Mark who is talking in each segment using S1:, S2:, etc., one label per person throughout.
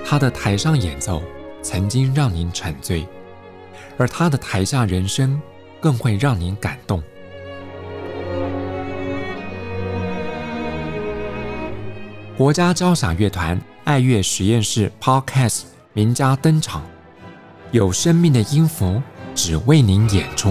S1: 他的台上演奏曾经让您沉醉，而他的台下人生更会让您感动。国家交响乐团爱乐实验室 Podcast 名家登场，有生命的音符只为您演出。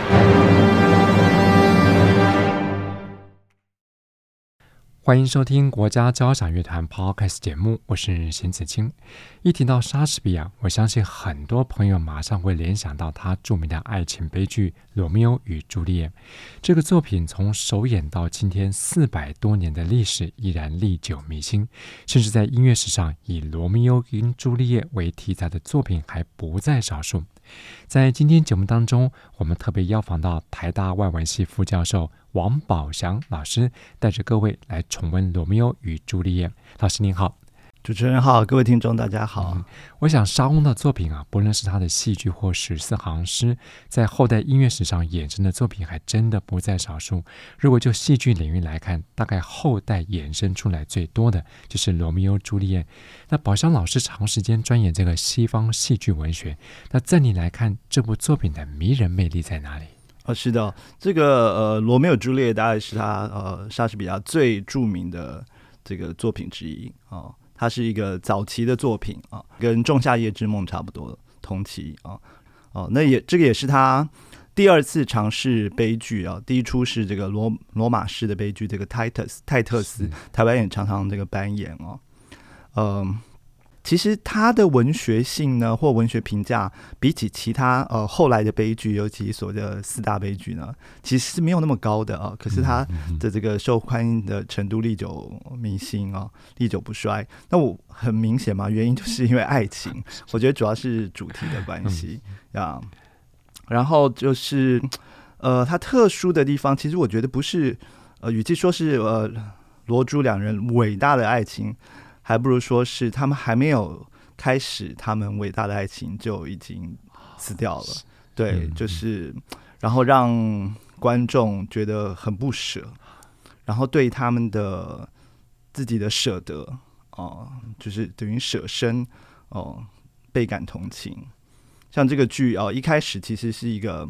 S1: 欢迎收听国家交响乐团 Podcast 节目，我是邢子清。一提到莎士比亚，我相信很多朋友马上会联想到他著名的爱情悲剧《罗密欧与朱丽叶》。这个作品从首演到今天400多年的历史，依然历久弥新，甚至在音乐史上以罗密欧跟朱丽叶为题材的作品还不在少数。在今天节目当中，我们特别邀访到台大外文系副教授王宝祥老师，带着各位来重温罗密欧与朱丽叶。老师您好。
S2: 主持人好，各位听众大家好。
S1: 我想莎翁的作品不论是他的戏剧或14行诗，在后代音乐史上衍生的作品还真的不在少数。如果就戏剧领域来看，大概后代衍生出来最多的就是罗密欧朱丽叶。那宝祥老师长时间钻研这个西方戏剧文学，那在你来看这部作品的迷人魅力在哪里？
S2: 是的，这个罗密欧朱丽叶大概是他莎士比亚最著名的这个作品之一它是一个早期的作品跟《仲夏夜之梦》差不多同期那这个也是他第二次尝试悲剧第一出是这个罗马式的悲剧，这个泰特斯，台湾也常常这个扮演其实他的文学性呢，或文学评价，比起其他后来的悲剧，尤其所谓的4大悲剧呢，其实是没有那么高的可是他的这个受欢迎的程度历久弥新历久不衰。那我很明显嘛，原因就是因为爱情，我觉得主要是主题的关系然后就是他特殊的地方，其实我觉得不是与其说是罗朱两人伟大的爱情，还不如说是他们还没有开始他们伟大的爱情就已经死掉了。对，就是然后让观众觉得很不舍，然后对他们的自己的舍得就是等于舍身倍感同情。像这个剧一开始其实是一个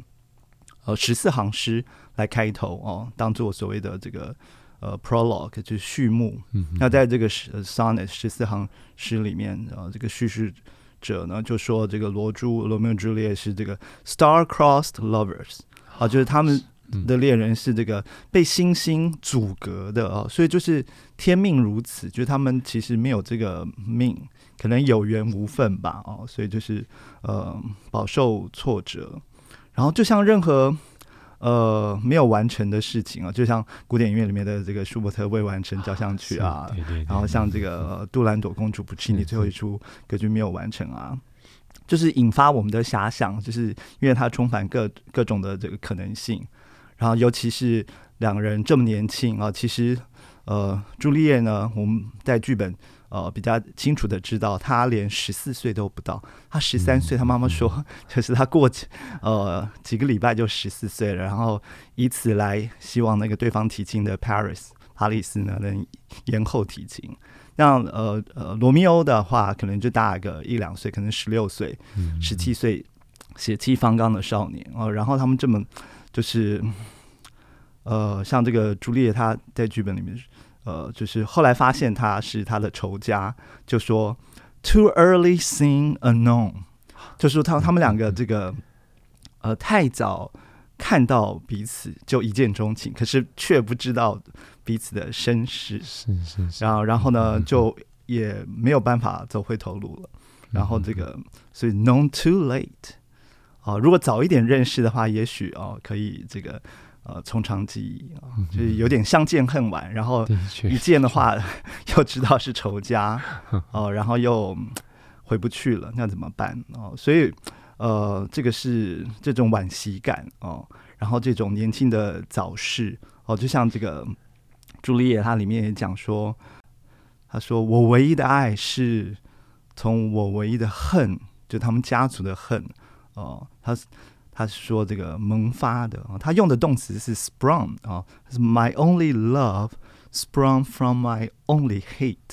S2: 14行诗来开头当做所谓的这个prologue 就是序幕。那在这个sonnet 14行诗里面这个叙事者呢就说这个罗密欧朱丽叶是这个 star-crossed lovers 就是他们的恋人是这个被星星阻隔的所以就是天命如此，就是他们其实没有这个命，可能有缘无分吧所以就是饱受挫折。然后就像任何没有完成的事情就像古典音乐里面的这个舒伯特未完成交响曲对，然后像这个杜兰朵公主普契尼最后一出歌剧没有完成就是引发我们的遐想，就是因为它充满各种的这个可能性。然后尤其是两人这么年轻其实朱丽叶呢，我们在剧本比较清楚的知道他连14岁都不到，他13岁他妈妈说就是他过几个礼拜就14岁了，然后以此来希望那个对方提亲的帕里斯呢能延后提亲。那罗密欧的话可能就大个1-2岁，可能16岁17岁血气方刚的少年然后他们这么就是像这个朱丽叶他在剧本里面就是后来发现他是他的仇家，就说 too early seen unknown， 就说他们两个这个太早看到彼此就一见钟情，可是却不知道彼此的身世，然后呢就也没有办法走回头路了。然后这个所以 known too late如果早一点认识的话，也许可以这个从长计议就是有点相见恨晚，然后一见的话又知道是仇家然后又回不去了，那怎么办所以这个是这种惋惜感然后这种年轻的早逝就像这个朱丽叶她里面也讲说，她说我唯一的爱是从我唯一的恨，就他们家族的恨他是说这个萌发的他用的动词是 sprung 是 my only love sprung from my only hate，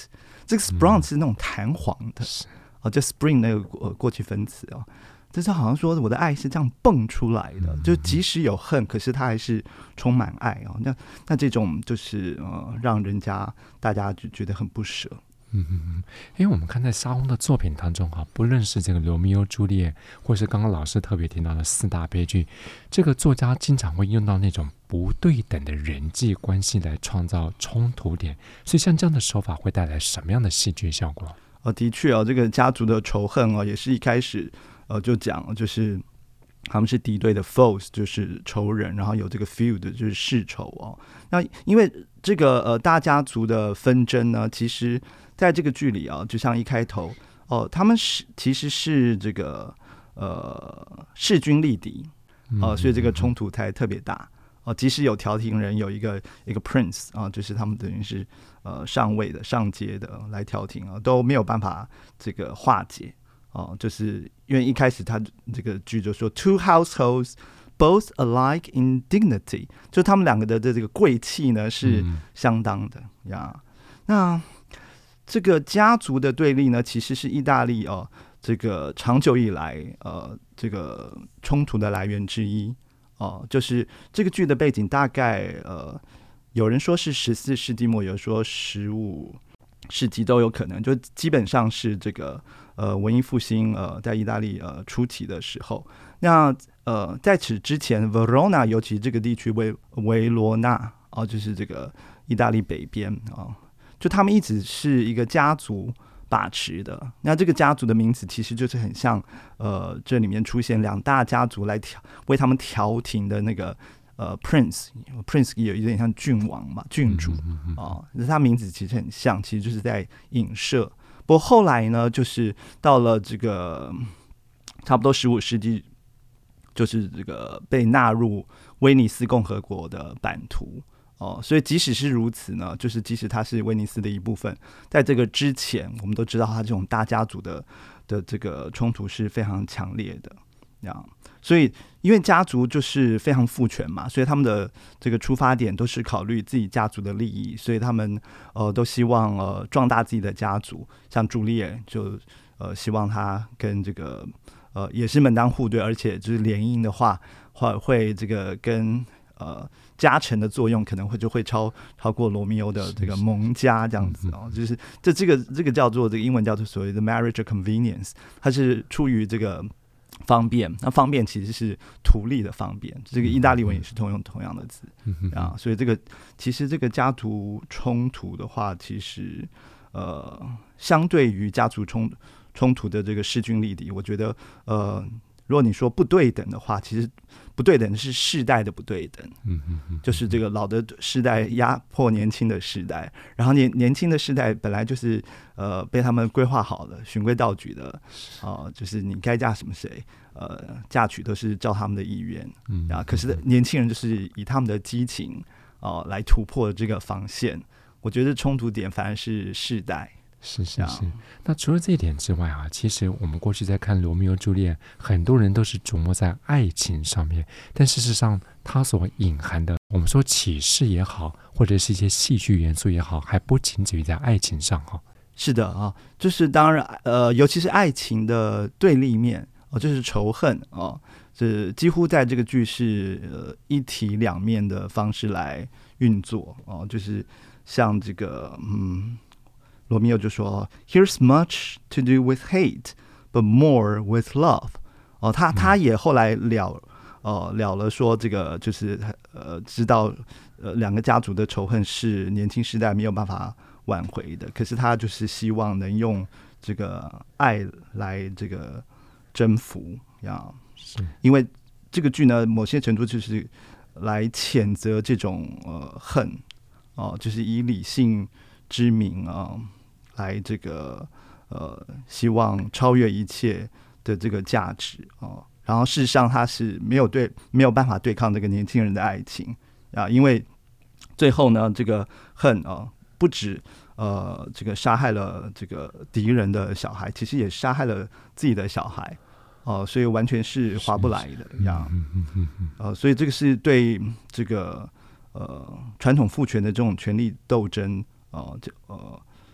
S2: 这个 sprung 是那种弹簧的，就 spring 那个过去分词哦。就是好像说我的爱是这样蹦出来的，就即使有恨，可是他还是充满爱哦。那这种就是让大家就觉得很不舍。
S1: 因为我们看在莎翁的作品当中不论是这个罗密欧朱丽叶，或是刚刚老师特别提到的四大悲剧，这个作家经常会用到那种不对等的人际关系来创造冲突点，所以像这样的手法会带来什么样的戏剧效果？
S2: 的确这个家族的仇恨也是一开始就讲就是他们是敌对的 foes， 就是仇人，然后有这个 feud 就是世仇那因为这个大家族的纷争呢，其实在这个剧里就像一开头他们其实是这个势均力敌所以这个冲突才特别大即使有调停人，有一个 prince 就是他们等于是上位的上阶的来调停都没有办法这个化解就是因为一开始他这个剧就说 two households both alike in dignity， 就他们两个的这个贵气呢是相当的呀。那这个家族的对立呢，其实是意大利这个长久以来这个冲突的来源之一就是这个剧的背景大概有人说是14世纪末，有人说15世纪都有可能，就基本上是这个文艺复兴在意大利初期的时候。那在此之前 Verona 尤其这个地区维罗纳就是这个意大利北边就他们一直是一个家族把持的。那这个家族的名字其实就是很像这里面出现两大家族来为他们调停的那个Prince 有一点像郡王嘛，郡主他名字其实很像，其实就是在影射。不过后来呢，就是到了这个差不多15世纪，就是这个被纳入威尼斯共和国的版图所以即使是如此呢，就是即使它是威尼斯的一部分，在这个之前，我们都知道它这种大家族的这个冲突是非常强烈的所以因为家族就是非常父权嘛，所以他们的这个出发点都是考虑自己家族的利益，所以他们都希望壮大自己的家族。像朱丽叶就希望他跟这个也是门当户对，而且就是联姻的话会这个跟加成的作用可能就会超过罗密欧的这个蒙家这样子就是这个叫做这个英文叫做所谓的 marriage convenience， 它是出于这个方便，那方便其实是图利的方便，这个意大利文也是通用同样的字所以其实这个家族冲突的话，其实相对于家族冲突的这个势均力敌，我觉得如果你说不对等的话，其实不对等的是世代的不对等就是这个老的世代压迫年轻的世代，然后年轻的世代本来就是被他们规划好了循规蹈矩的就是你该嫁什么谁嫁娶都是照他们的意愿可是年轻人就是以他们的激情来突破这个防线。我觉得冲突点反而是世代。
S1: 是。那除了这一点之外其实我们过去在看罗密欧朱丽叶，很多人都是琢磨在爱情上面，但事实上它所隐含的我们说启示也好，或者是一些戏剧元素也好，还不仅止于在爱情上
S2: 是的就是当然尤其是爱情的对立面就是仇恨这几乎在这个剧是一体两面的方式来运作就是像这个罗密欧就说 Here's much to do with hate but more with love 他也后来了了说这个就是知道两个家族的仇恨是年轻时代没有办法挽回的，可是他就是希望能用这个爱来这个征服因为这个剧呢某些程度就是来谴责这种恨就是以理性之名来这个希望超越一切的这个价值然后事实上他是没有办法对抗这个年轻人的爱情因为最后呢这个恨不止这个杀害了这个敌人的小孩，其实也杀害了自己的小孩所以完全是划不来的所以这个是对这个传统父权的这种权力斗争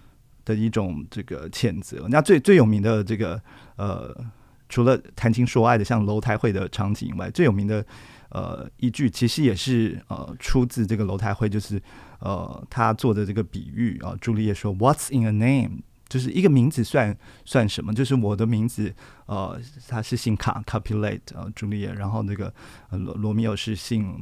S2: 的一种这个谴责。那最有名的这个除了谈情说爱的像楼台会的场景以外，最有名的一句其实也是出自这个楼台会，就是他做的这个比喻啊，朱丽叶说 What's in a name， 就是一个名字算什么？就是我的名字他是姓Capulet 朱丽叶，然后那个罗密欧是姓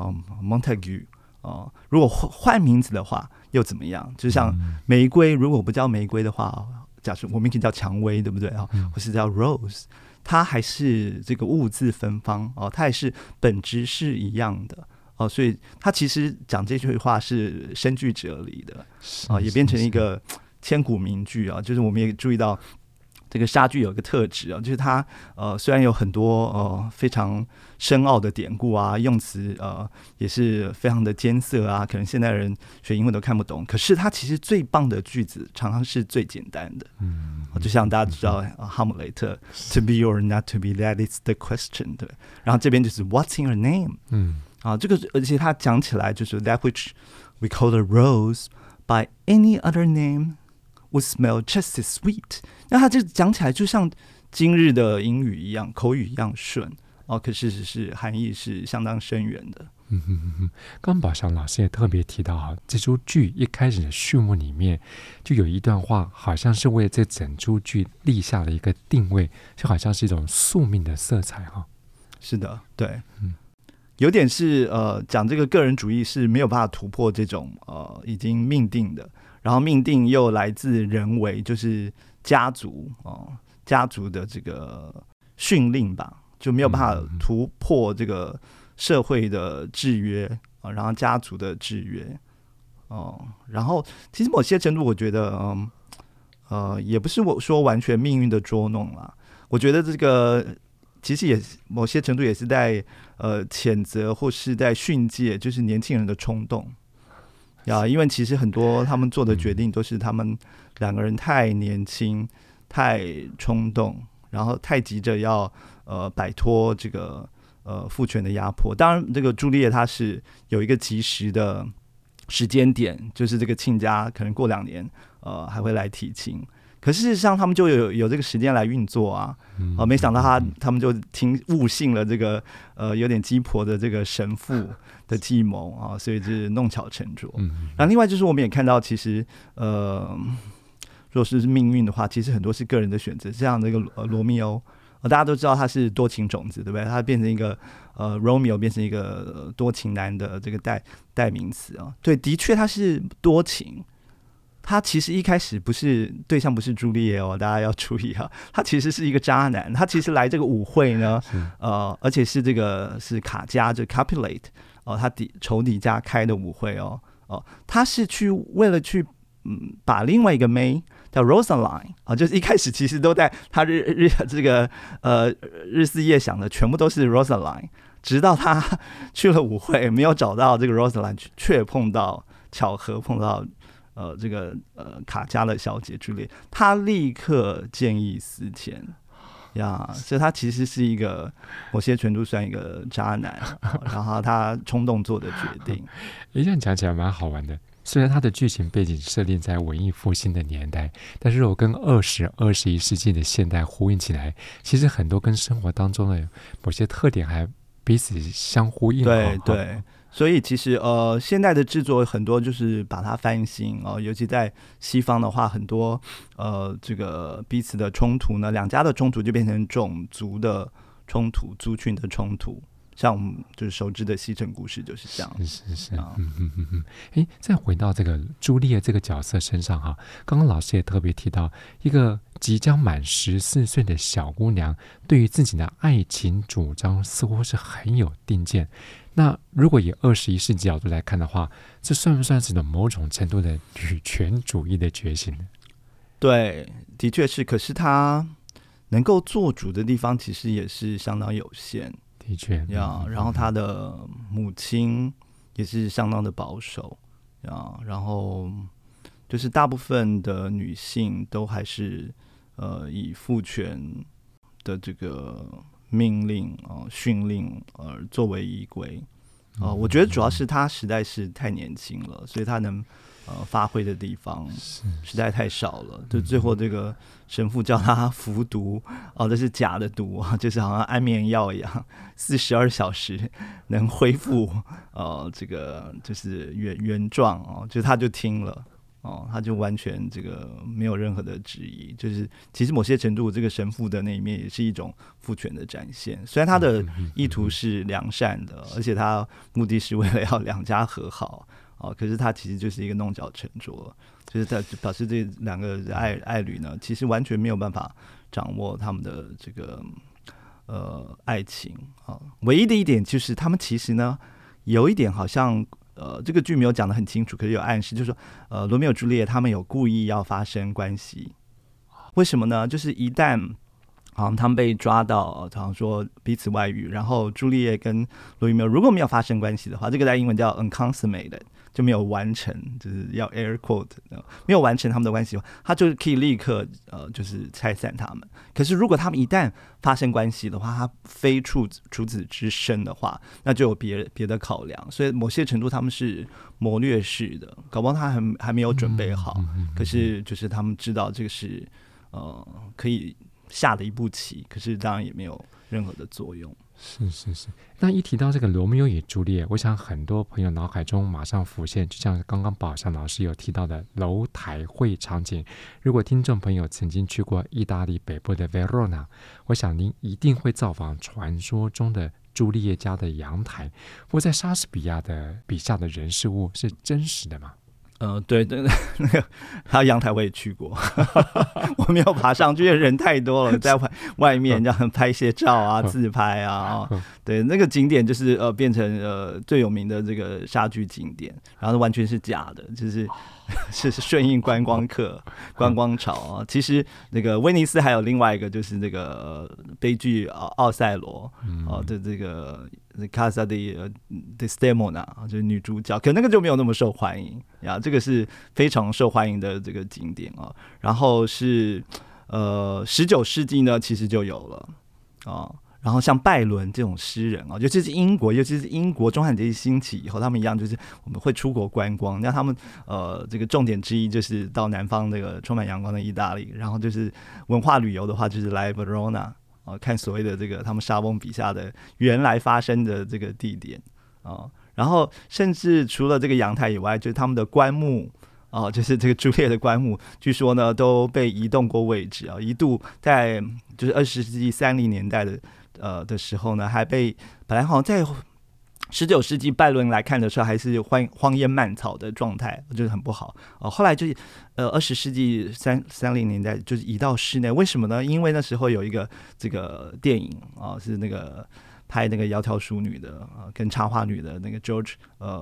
S2: Montague 如果换名字的话又怎么样？就像玫瑰，如果不叫玫瑰的话，假设我们可以叫蔷薇，对不对啊？或是叫 Rose， 它还是这个物字芬芳它也是本质是一样的所以他其实讲这句话是深具哲理的也变成一个千古名句就是我们也注意到这个莎剧有一个特质就是它虽然有很多非常深奥的典故用词也是非常的艰涩可能现代人学英文都看不懂，可是它其实最棒的句子常常是最简单的就像大家知道哈姆雷特 To be or not to be, that is the question 对，然后这边就是 What's in your name 这个而且它讲起来就是 That which we call a rose by any other name would smell just as sweet， 那它这讲起来就像今日的英语一样，口语一样顺可是含义是相当深远的。
S1: 刚宝祥老师也特别提到这出剧一开始的序幕里面就有一段话，好像是为这整出剧立下了一个定位，就好像是一种宿命的色彩
S2: 是的，对，有点是讲这个个人主义是没有办法突破这种已经命定的，然后命定又来自人为，就是家族的这个训令吧，就没有办法突破这个社会的制约然后家族的制约然后其实某些程度我觉得也不是我说完全命运的捉弄啦，我觉得这个其实也某些程度也是在谴责或是在训诫，就是年轻人的冲动因为其实很多他们做的决定都是他们两个人太年轻、太冲动，然后太急着要摆脱这个父权的压迫。当然，这个朱丽叶她是有一个及时的时间点，就是这个亲家可能过2年还会来提亲。可是事实上，他们就有这个时间来运作没想到他们就误信了这个有点鸡婆的这个神父的计谋所以就是弄巧成拙。然后另外就是我们也看到，其实如果是命运的话，其实很多是个人的选择。像这个罗密欧大家都知道他是多情种子，对不对？他变成一个Romeo 变成一个多情男的这个代名词对，的确他是多情。他其实一开始对象不是朱丽叶大家要注意他其实是一个渣男。他其实来这个舞会呢而且是这个是卡家这 Capulet 他仇敌家开的舞会他是为了去把另外一个妹叫 Rosaline 就是一开始其实都在他这个日思夜想的全部都是 Rosaline， 直到他去了舞会没有找到这个 Rosaline， 却巧合碰到这个卡加勒小姐之类，他立刻见异思迁所以他其实是一个某些程度算一个渣男然后他冲动做的决定
S1: 这样讲起来蛮好玩的。虽然它的剧情背景设定在文艺复兴的年代，但是如果跟20、21世纪的现代呼应起来，其实很多跟生活当中的某些特点还彼此相呼应。
S2: 对，所以其实现代的制作很多就是把它翻新尤其在西方的话，很多这个彼此的冲突呢，两家的冲突就变成种族的冲突、族群的冲突。像我们就是熟知的西城故事就是这样。
S1: 是再回到这个朱丽叶这个角色身上刚刚老师也特别提到，一个即将满14岁的小姑娘对于自己的爱情主张似乎是很有定见。那如果以21世纪角度来看的话，这算不算是某种程度的女权主义的觉醒呢？
S2: 对，的确是。可是她能够做主的地方其实也是相当有限。
S1: 的确
S2: 然后他的母亲也是相当的保守然后就是大部分的女性都还是以父权的这个命令训令作为依归我觉得主要是他实在是太年轻了，所以他能发挥的地方实在太少了，就最后这个神父叫他服毒这是假的毒就是好像安眠药一样，42小时能恢复这个就是原状就是他就听了他就完全这个没有任何的质疑，就是其实某些程度这个神父的那一面也是一种父权的展现，虽然他的意图是良善的，而且他目的是为了要两家和好可是他其实就是一个弄巧成拙，就是他表示这两个爱侣呢，其实完全没有办法掌握他们的这个爱情唯一的一点就是他们其实呢有一点好像这个剧没有讲得很清楚，可是有暗示，就是说罗密欧朱丽叶他们有故意要发生关系，为什么呢？就是一旦好像他们被抓到，好像说彼此外遇，然后朱丽叶跟罗密欧如果没有发生关系的话，这个在英文叫 unconsummated， 就没有完成，就是要 air quote 没有完成他们的关系，他就可以立刻就是拆散他们。可是如果他们一旦发生关系的话，他非处子之身的话，那就有别的考量，所以某些程度他们是谋略式的，搞不好他还没有准备好，可是就是他们知道这个是可以下的一步棋，可是当然也没有任何的作用。
S1: 是。那一提到这个罗密欧与朱丽叶，我想很多朋友脑海中马上浮现，就像刚刚宝祥老师有提到的楼台会场景。如果听众朋友曾经去过意大利北部的 Verona， 我想您一定会造访传说中的朱丽叶家的阳台。不过在莎士比亚的笔下的人事物是真实的吗？
S2: 对，那个他阳台我也去过我没有爬上去，因为人太多了，在外面这样拍一些照啊自拍啊对，那个景点就是变成最有名的这个莎剧景点，然后完全是假的，就是是顺应观光客观光潮其实那个威尼斯还有另外一个就是那个悲剧奥赛罗的这个Casa di Desdemona 就是女主角，可那个就没有那么受欢迎呀，这个是非常受欢迎的这个景点然后是19世纪呢其实就有了然后像拜伦这种诗人尤其是英国中产阶级兴起以后，他们一样就是我们会出国观光，那他们这个重点之一就是到南方那个充满阳光的意大利，然后就是文化旅游的话就是来 Verona看所谓的这个他们莎翁笔下的原来发生的这个地点然后甚至除了这个阳台以外，就是他们的棺木就是这个朱丽叶的棺木，据说呢都被移动过位置一度在就是20世纪30年代的时候呢，还被本来好像在19世纪拜伦来看的时候还是荒烟蔓草的状态，就是很不好后来就是20世纪30年代就是移到室内，为什么呢？因为那时候有一个这个电影是那个拍那个窈窕淑女的跟插花女的那个 George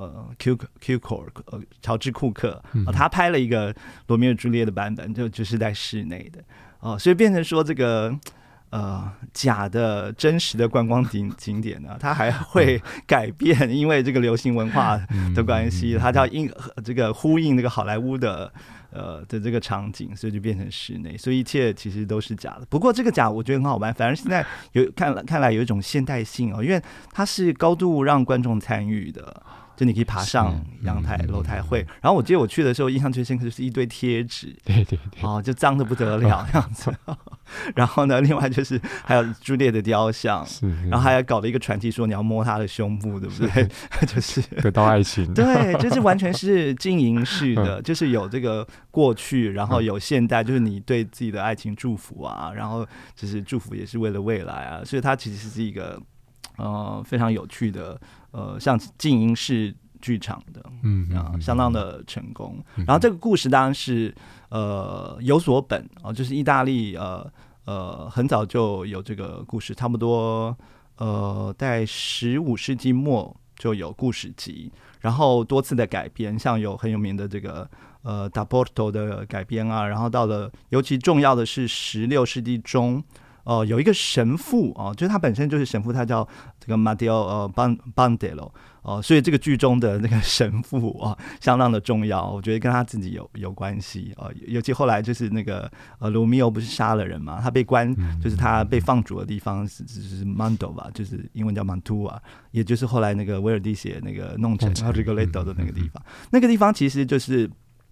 S2: Cukor 乔治库克他拍了一个罗密欧朱丽叶的版本，就是在室内的所以变成说这个假的真实的观光景点呢，它还会改变，因为这个流行文化的关系，它叫这个呼应这个好莱坞的这个场景，所以就变成室内，所以一切其实都是假的。不过这个假我觉得很好玩，反而现在看来有一种现代性因为它是高度让观众参与的。就你可以爬上阳台楼台会，然后我记得我去的时候印象最深刻就是一堆贴纸，
S1: 对
S2: 就脏得不得了这样子然后呢另外就是还有朱丽叶的雕像，然后还搞了一个传奇说你要摸她的胸部，对不对就是
S1: 得到爱情
S2: 对，就是完全是经营式的就是有这个过去，然后有现代，就是你对自己的爱情祝福然后就是祝福也是为了未来所以它其实是一个非常有趣的像静音式剧场的相当的成功然后这个故事当然是有所本就是意大利很早就有这个故事，差不多在15世纪末就有故事集，然后多次的改编，像有很有名的这个Da Porto 的改编然后到了尤其重要的是16世纪中有一个神父就是他本身就是神父，他叫这个 Matteo Bandello 所以这个剧中的那个神父相当的重要，我觉得跟他自己有关系尤其后来就是那个罗密欧不是杀了人嘛，他被关就是他被放逐的地方是 Mantova， 就是英文叫 Mantua， 也就是后来那个威尔第写那个弄成 Rigoletto 的那个地方，那个地方其实就是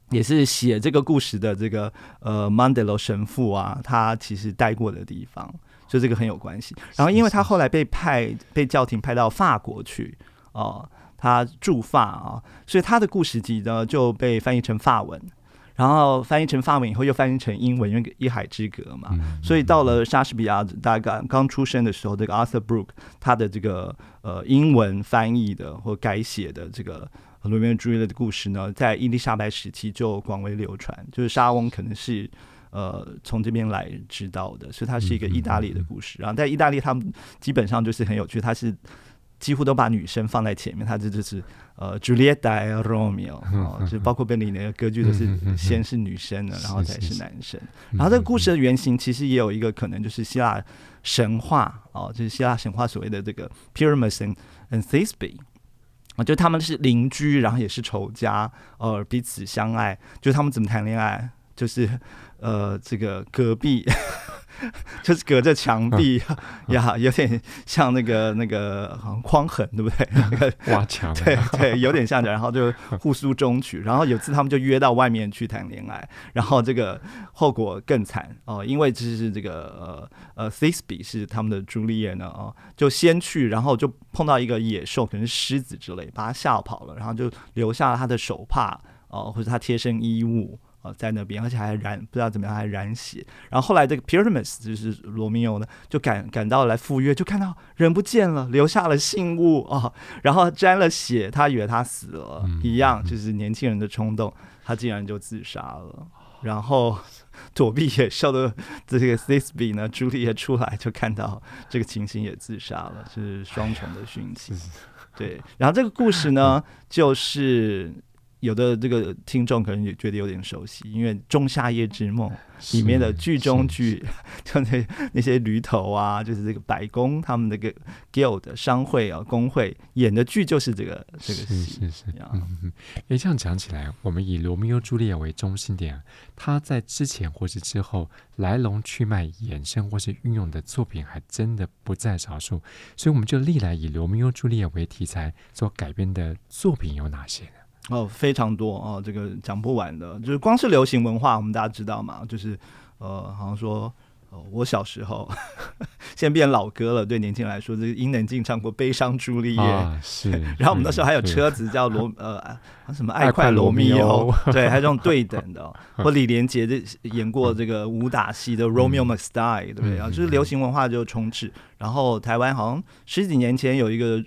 S2: 也是写这个故事的这个Mandelo 神父啊，他其实待过的地方，就这个很有关系。然后因为他后来被教廷派到法国去他驻法啊，所以他的故事集呢就被翻译成法文。然后翻译成法文以后，又翻译成英文，因为一海之隔嘛，所以到了莎士比亚大概刚出生的时候，这个 Arthur Brooke 他的这个英文翻译的或改写的这个罗密欧与朱丽叶的故事呢，在伊丽莎白时期就广为流传，就是莎翁可能是从这边来知道的，所以它是一个意大利的故事。然后在意大利，他们基本上就是很有趣，它是几乎都把女生放在前面，它这就是Giulietta e Romeo 就包括贝里尼的歌剧都是先是女生的，然后才是男生。然后这个故事的原型其实也有一个可能就是希腊神话就是希腊神话所谓的这个 Pyramus and Thisbe。就他们是邻居，然后也是仇家，彼此相爱。就是他们怎么谈恋爱，就是这个隔壁就是隔着墙壁呀，有点像那个好像匡衡，对不对？那个
S1: 挖墙，
S2: 对，有点像的。然后就互诉衷曲，然后有次他们就约到外面去谈恋爱，然后这个后果更惨因为就是这个Thisbe 是他们的朱丽叶呢就先去，然后就碰到一个野兽，可能是狮子之类，把他吓跑了，然后就留下了他的手帕或者他贴身衣物。在那边，而且还不知道怎么样还染血。然后后来这个 Pyramus 就是罗密欧呢，就赶到来赴约，就看到人不见了，留下了信物然后沾了血，他以为他死了一样，就是年轻人的冲动，他竟然就自杀了。然后躲避野兽的这个 Thisbe 呢，朱丽叶出来就看到这个情形也自杀了，是双重的殉情。对，然后这个故事呢，就是有的这个听众可能也觉得有点熟悉，因为《仲夏夜之梦》里面的剧中剧，就那些驴头啊，就是这个白宫他们那个 guild 商会工会演的剧就是这个戏。
S1: 是。这样讲起来，我们以罗密欧朱丽叶为中心点，他在之前或是之后来龙去脉衍生或是运用的作品还真的不在少数，所以我们就历来以罗密欧朱丽叶为题材所改编的作品有哪些呢？
S2: 非常多这个讲不完的，就是光是流行文化，我们大家知道嘛，就是好像说我小时候现在变老歌了，对年轻人来说，这个伊能静唱过《悲伤朱丽叶》
S1: 是。
S2: 然后我们那时候还有车子叫什么爱快罗密欧，对，还有这种对等的或李连杰演过这个武打戏的 Romeo Must Die， 对不对就是流行文化就充斥。然后台湾好像10几年前有一个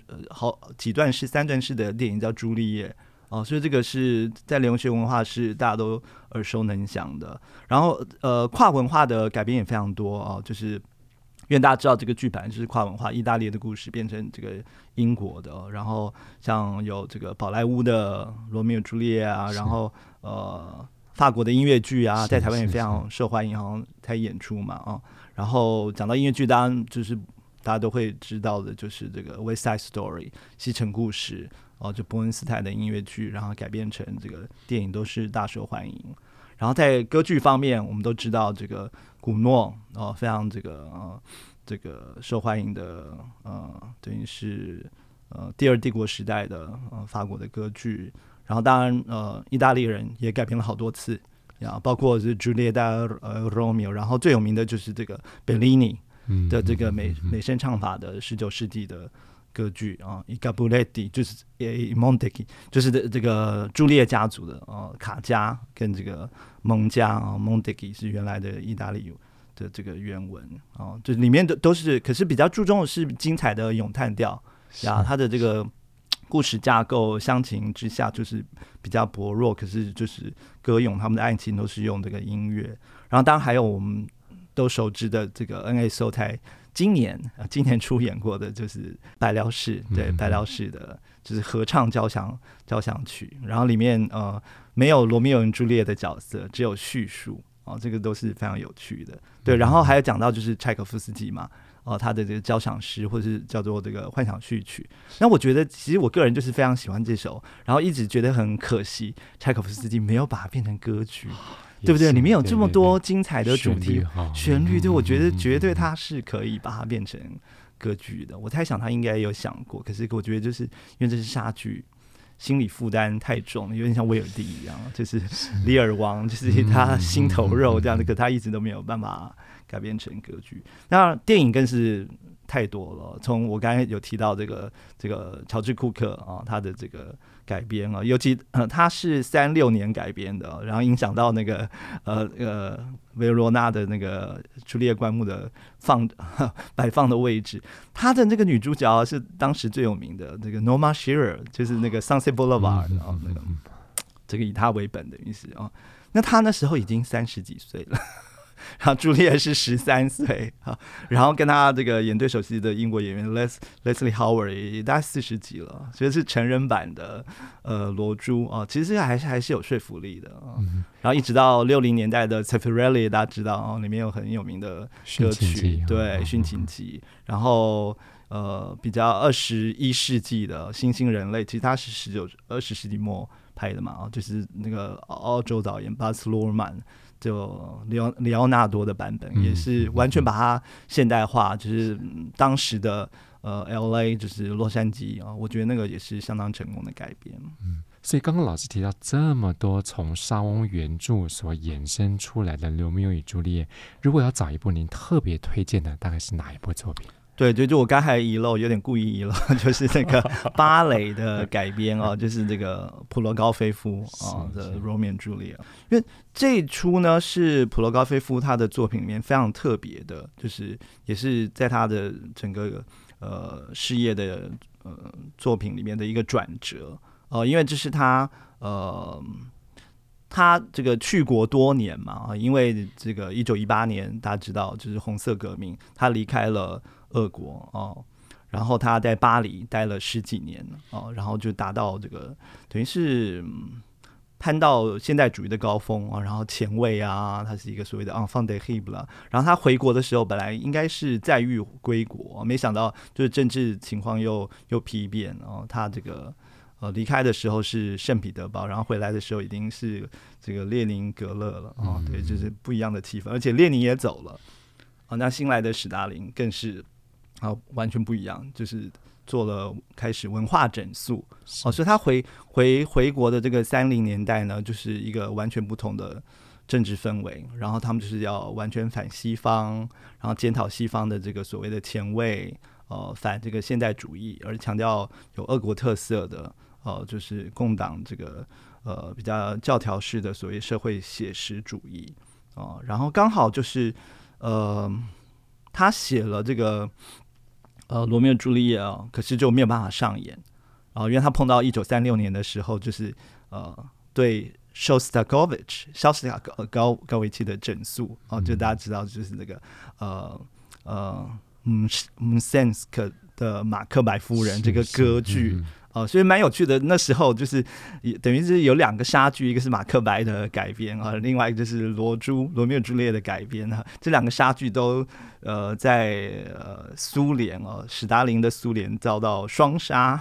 S2: 3段式的电影叫《朱丽叶》。所以这个是在流行文化是大家都耳熟能详的。然后跨文化的改编也非常多就是因为大家知道这个剧版就是跨文化，意大利的故事变成这个英国的然后像有这个宝莱坞的罗密欧朱丽叶啊，然后法国的音乐剧啊，在台湾也非常受欢迎，好像才演出嘛然后讲到音乐剧，当然就是大家都会知道的，就是这个 West Side Story 西城故事就伯恩斯坦的音乐剧，然后改编成这个电影都是大受欢迎。然后在歌剧方面，我们都知道这个古诺非常这个受欢迎的等于是第二帝国时代的法国的歌剧。然后当然意大利人也改编了好多次，包括是 Giulietta Romeo， 然后最有名的就是这个 Bellini 的这个美声唱法的19世纪的歌剧i Capuletti 就是 Montecchi 就是这个朱丽叶家族的卡加跟这个蒙加Montecchi 是原来的意大利的这个原文就里面都是，可是比较注重的是精彩的咏叹调它的这个故事架构相形之下就是比较薄弱，可是就是歌咏他们的爱情都是用这个音乐。然后当然还有我们都熟知的这个 NSO 台今年出演过的就是白辽士，对，白辽士的就是合唱交响曲，然后里面没有罗密欧与朱丽叶的角色，只有叙述这个都是非常有趣的。对，然后还有讲到就是柴可夫斯基嘛他的这个交响诗或是叫做这个幻想序曲。那我觉得其实我个人就是非常喜欢这首，然后一直觉得很可惜柴可夫斯基没有把它变成歌剧，对不对？里面有这么多精彩的主题旋律，对，我觉得绝对他是可以把它变成歌剧的。我猜想他应该有想过，可是我觉得就是因为这是莎心理负担太重，有点像威尔第一样，就是李尔王，就是他心头肉这样的，可他一直都没有办法改编成歌剧。那电影更是太多了，从我刚才有提到这个乔治库克啊，他的这个改编啊，尤其他是36年改编的，然后影响到那个维罗纳的那个朱丽叶棺木的摆放的位置。他的那个女主角是当时最有名的这个 Norma Shearer， 就是那个 Sunset Boulevard 啊，那个这个以他为本等于是啊，那他那时候已经30几岁了。然后朱丽叶是13岁啊，然后跟他这个演对手戏的英国演员 Leslie Howard 也大概40几了，所以是成人版的罗珠啊，其实还是有说服力的啊。然后一直到60年代的 Zeffirelli， 大家知道啊，里面有很有名的歌曲，对，殉情记。然后比较21世纪的新兴人类，其实他是20世纪末拍的嘛，就是那个澳洲导演巴斯洛尔曼。就里奥纳多的版本也是完全把它现代化，就是当时的LA 就是洛杉矶啊，我觉得那个也是相当成功的改编。
S1: 所以刚刚老师提到这么多从莎翁原著所衍生出来的《罗密欧与朱丽叶》，如果要找一部您特别推荐的，大概是哪一部作品？
S2: 对，就我刚才遗漏，有点故意遗漏，就是那个芭蕾的改编啊，就是这个普罗高菲夫啊的《罗密欧与朱丽叶》，因为这一出呢是普罗高菲夫他的作品里面非常特别的，就是也是在他的整个事业的作品里面的一个转折因为这是他这个去国多年嘛，因为这个1918年大家知道就是红色革命，他离开了俄国然后他在巴黎待了10几年然后就达到这个等于是攀到现代主义的高峰然后前卫啊，他是一个所谓的 enfant terrible 然后他回国的时候本来应该是载誉归国没想到就是政治情况又批变他这个离开的时候是圣彼得堡，然后回来的时候已经是这个列宁格勒了对，就是不一样的气氛，而且列宁也走了那新来的史达林更是完全不一样，就是做了开始文化整肃所以他回国的这个30年代呢，就是一个完全不同的政治氛围，然后他们就是要完全反西方，然后检讨西方的这个所谓的前卫反这个现代主义，而强调有俄国特色的就是共党这个比较教条式的所谓社会写实主义然后刚好就是他写了这个罗密欧朱丽叶可是就没有办法上演因为他碰到1936年的时候，就是对肖斯塔科维奇的整肃就大家知道就是那个姆森斯克的马克白夫人这个歌剧所以蛮有趣的。那时候就是等于是有2个莎剧，一个是马克白的改编另外一个就是罗密欧朱丽叶的改编这2个莎剧都在苏联史达林的苏联遭到双杀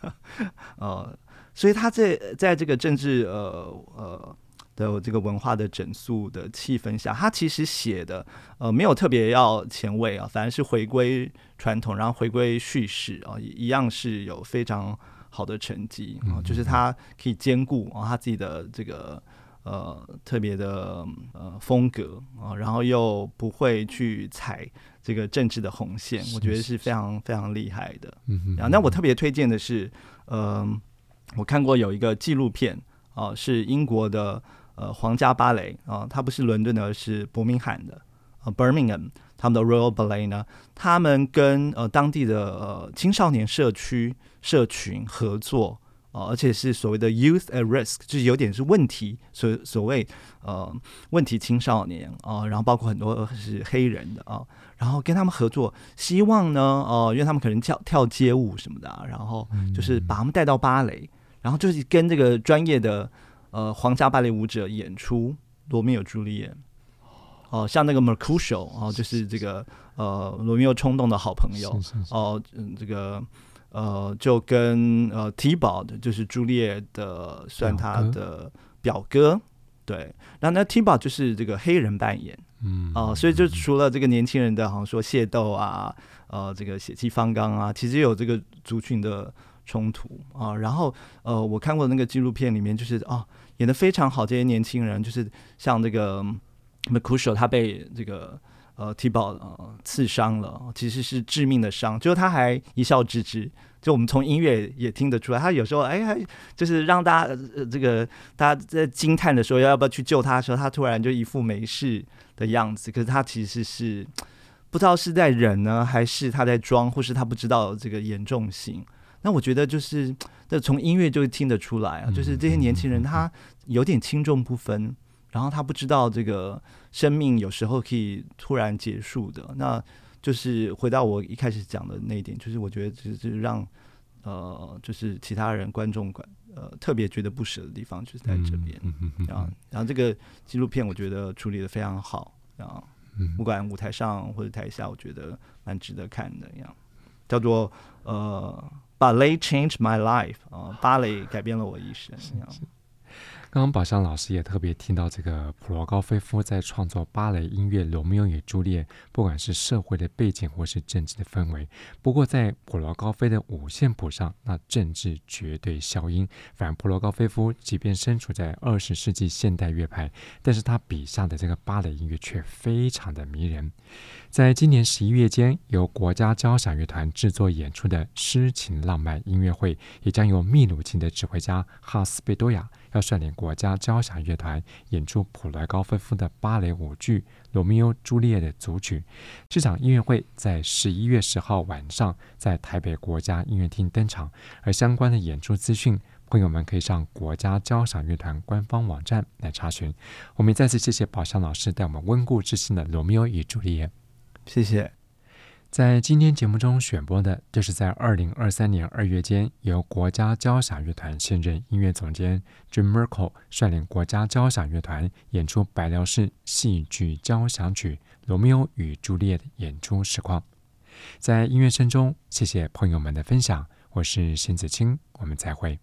S2: 所以他在这个政治的这个文化的整肃的气氛下，他其实写的没有特别要前卫反而是回归传统，然后回归叙事一样是有非常好的成绩就是他可以兼顾他自己的这个特别的风格然后又不会去踩这个政治的红线，我觉得是非常非常厉害的那我特别推荐的是我看过有一个纪录片是英国的皇家芭蕾它不是伦敦的，而是伯明翰的Birmingham， 他们的 Royal Ballet 呢，他们跟当地的青少年社群合作而且是所谓的 Youth at Risk， 就是有点是问题所谓问题青少年然后包括很多是黑人的然后跟他们合作，希望呢因为他们可能跳街舞什么的然后就是把他们带到芭蕾，然后就是跟这个专业的皇家芭蕾舞者演出罗密欧朱丽叶像那个 Mercutio 就是这个罗密欧冲动的好朋友这个就跟Tybalt 就是朱丽叶的算他的表哥对，那Tybalt 就是这个黑人扮演所以就除了这个年轻人的好像说械斗这个血气方刚其实有这个族群的冲突啊。然后我看过那个纪录片里面，就是演得非常好，这些年轻人就是像这个 Mercutio 他被这个T-Ball 刺伤了，其实是致命的伤，就是他还一笑置之。就我们从音乐也听得出来，他有时候就是让大家大家在惊叹的时候，要不要去救他的时候，他突然就一副没事的样子。可是他其实是不知道是在忍呢，还是他在装，或是他不知道这个严重性。那我觉得就是从音乐就听得出来啊，就是这些年轻人他有点轻重不分，然后他不知道这个生命有时候可以突然结束的。那就是回到我一开始讲的那一点，就是我觉得就是让就是其他人观众特别觉得不舍的地方就是在这边。然后这个纪录片我觉得处理得非常好，然后不管舞台上或者台下，我觉得蛮值得看的。叫做Ballet Changed My Life 芭蕾改变了我一生。
S1: 刚刚宝箱老师也特别听到这个普罗高菲夫在创作芭蕾音乐《罗密欧与朱丽叶》，不管是社会的背景或是政治的氛围，不过在普罗高菲的五线谱上，那政治绝对消音。反而普罗高菲夫即便身处在20世纪现代乐派，但是他笔下的这个芭蕾音乐却非常的迷人。在今年11月间，由国家交响乐团制作演出的诗情浪漫音乐会，也将由秘鲁琴的指挥家哈斯贝多亚要率领国家交响乐团演出普罗高菲夫的芭蕾舞剧《罗密欧朱丽叶》的组曲。这场音乐会在11月10号晚上在台北国家音乐厅登场，而相关的演出资讯，朋友们可以上国家交响乐团官方网站来查询。我们再次谢谢宝箱老师带我们温故知新的《罗密欧与朱丽叶》，
S2: 谢谢。
S1: 在今天节目中选播的，就是在2023年2月间，由国家交响乐团现任音乐总监 Jim Merkel 率领国家交响乐团演出白辽士戏剧交响曲《罗密欧与朱丽叶》的演出实况。在音乐声中，谢谢朋友们的分享，我是邢子清，我们再会。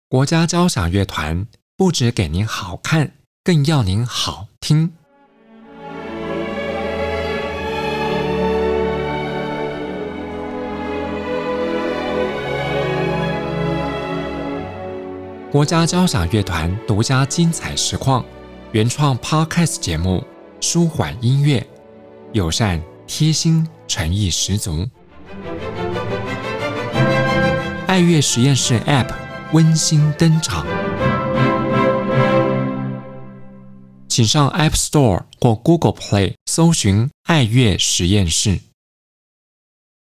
S1: 国家交响乐团不只给您好看，更要您好听。国家交响乐团独家精彩实况，原创 Podcast 节目，舒缓音乐，友善贴心，诚意十足。爱乐实验室 App 温馨登场，请上 App Store 或 Google Play 搜寻爱乐实验室。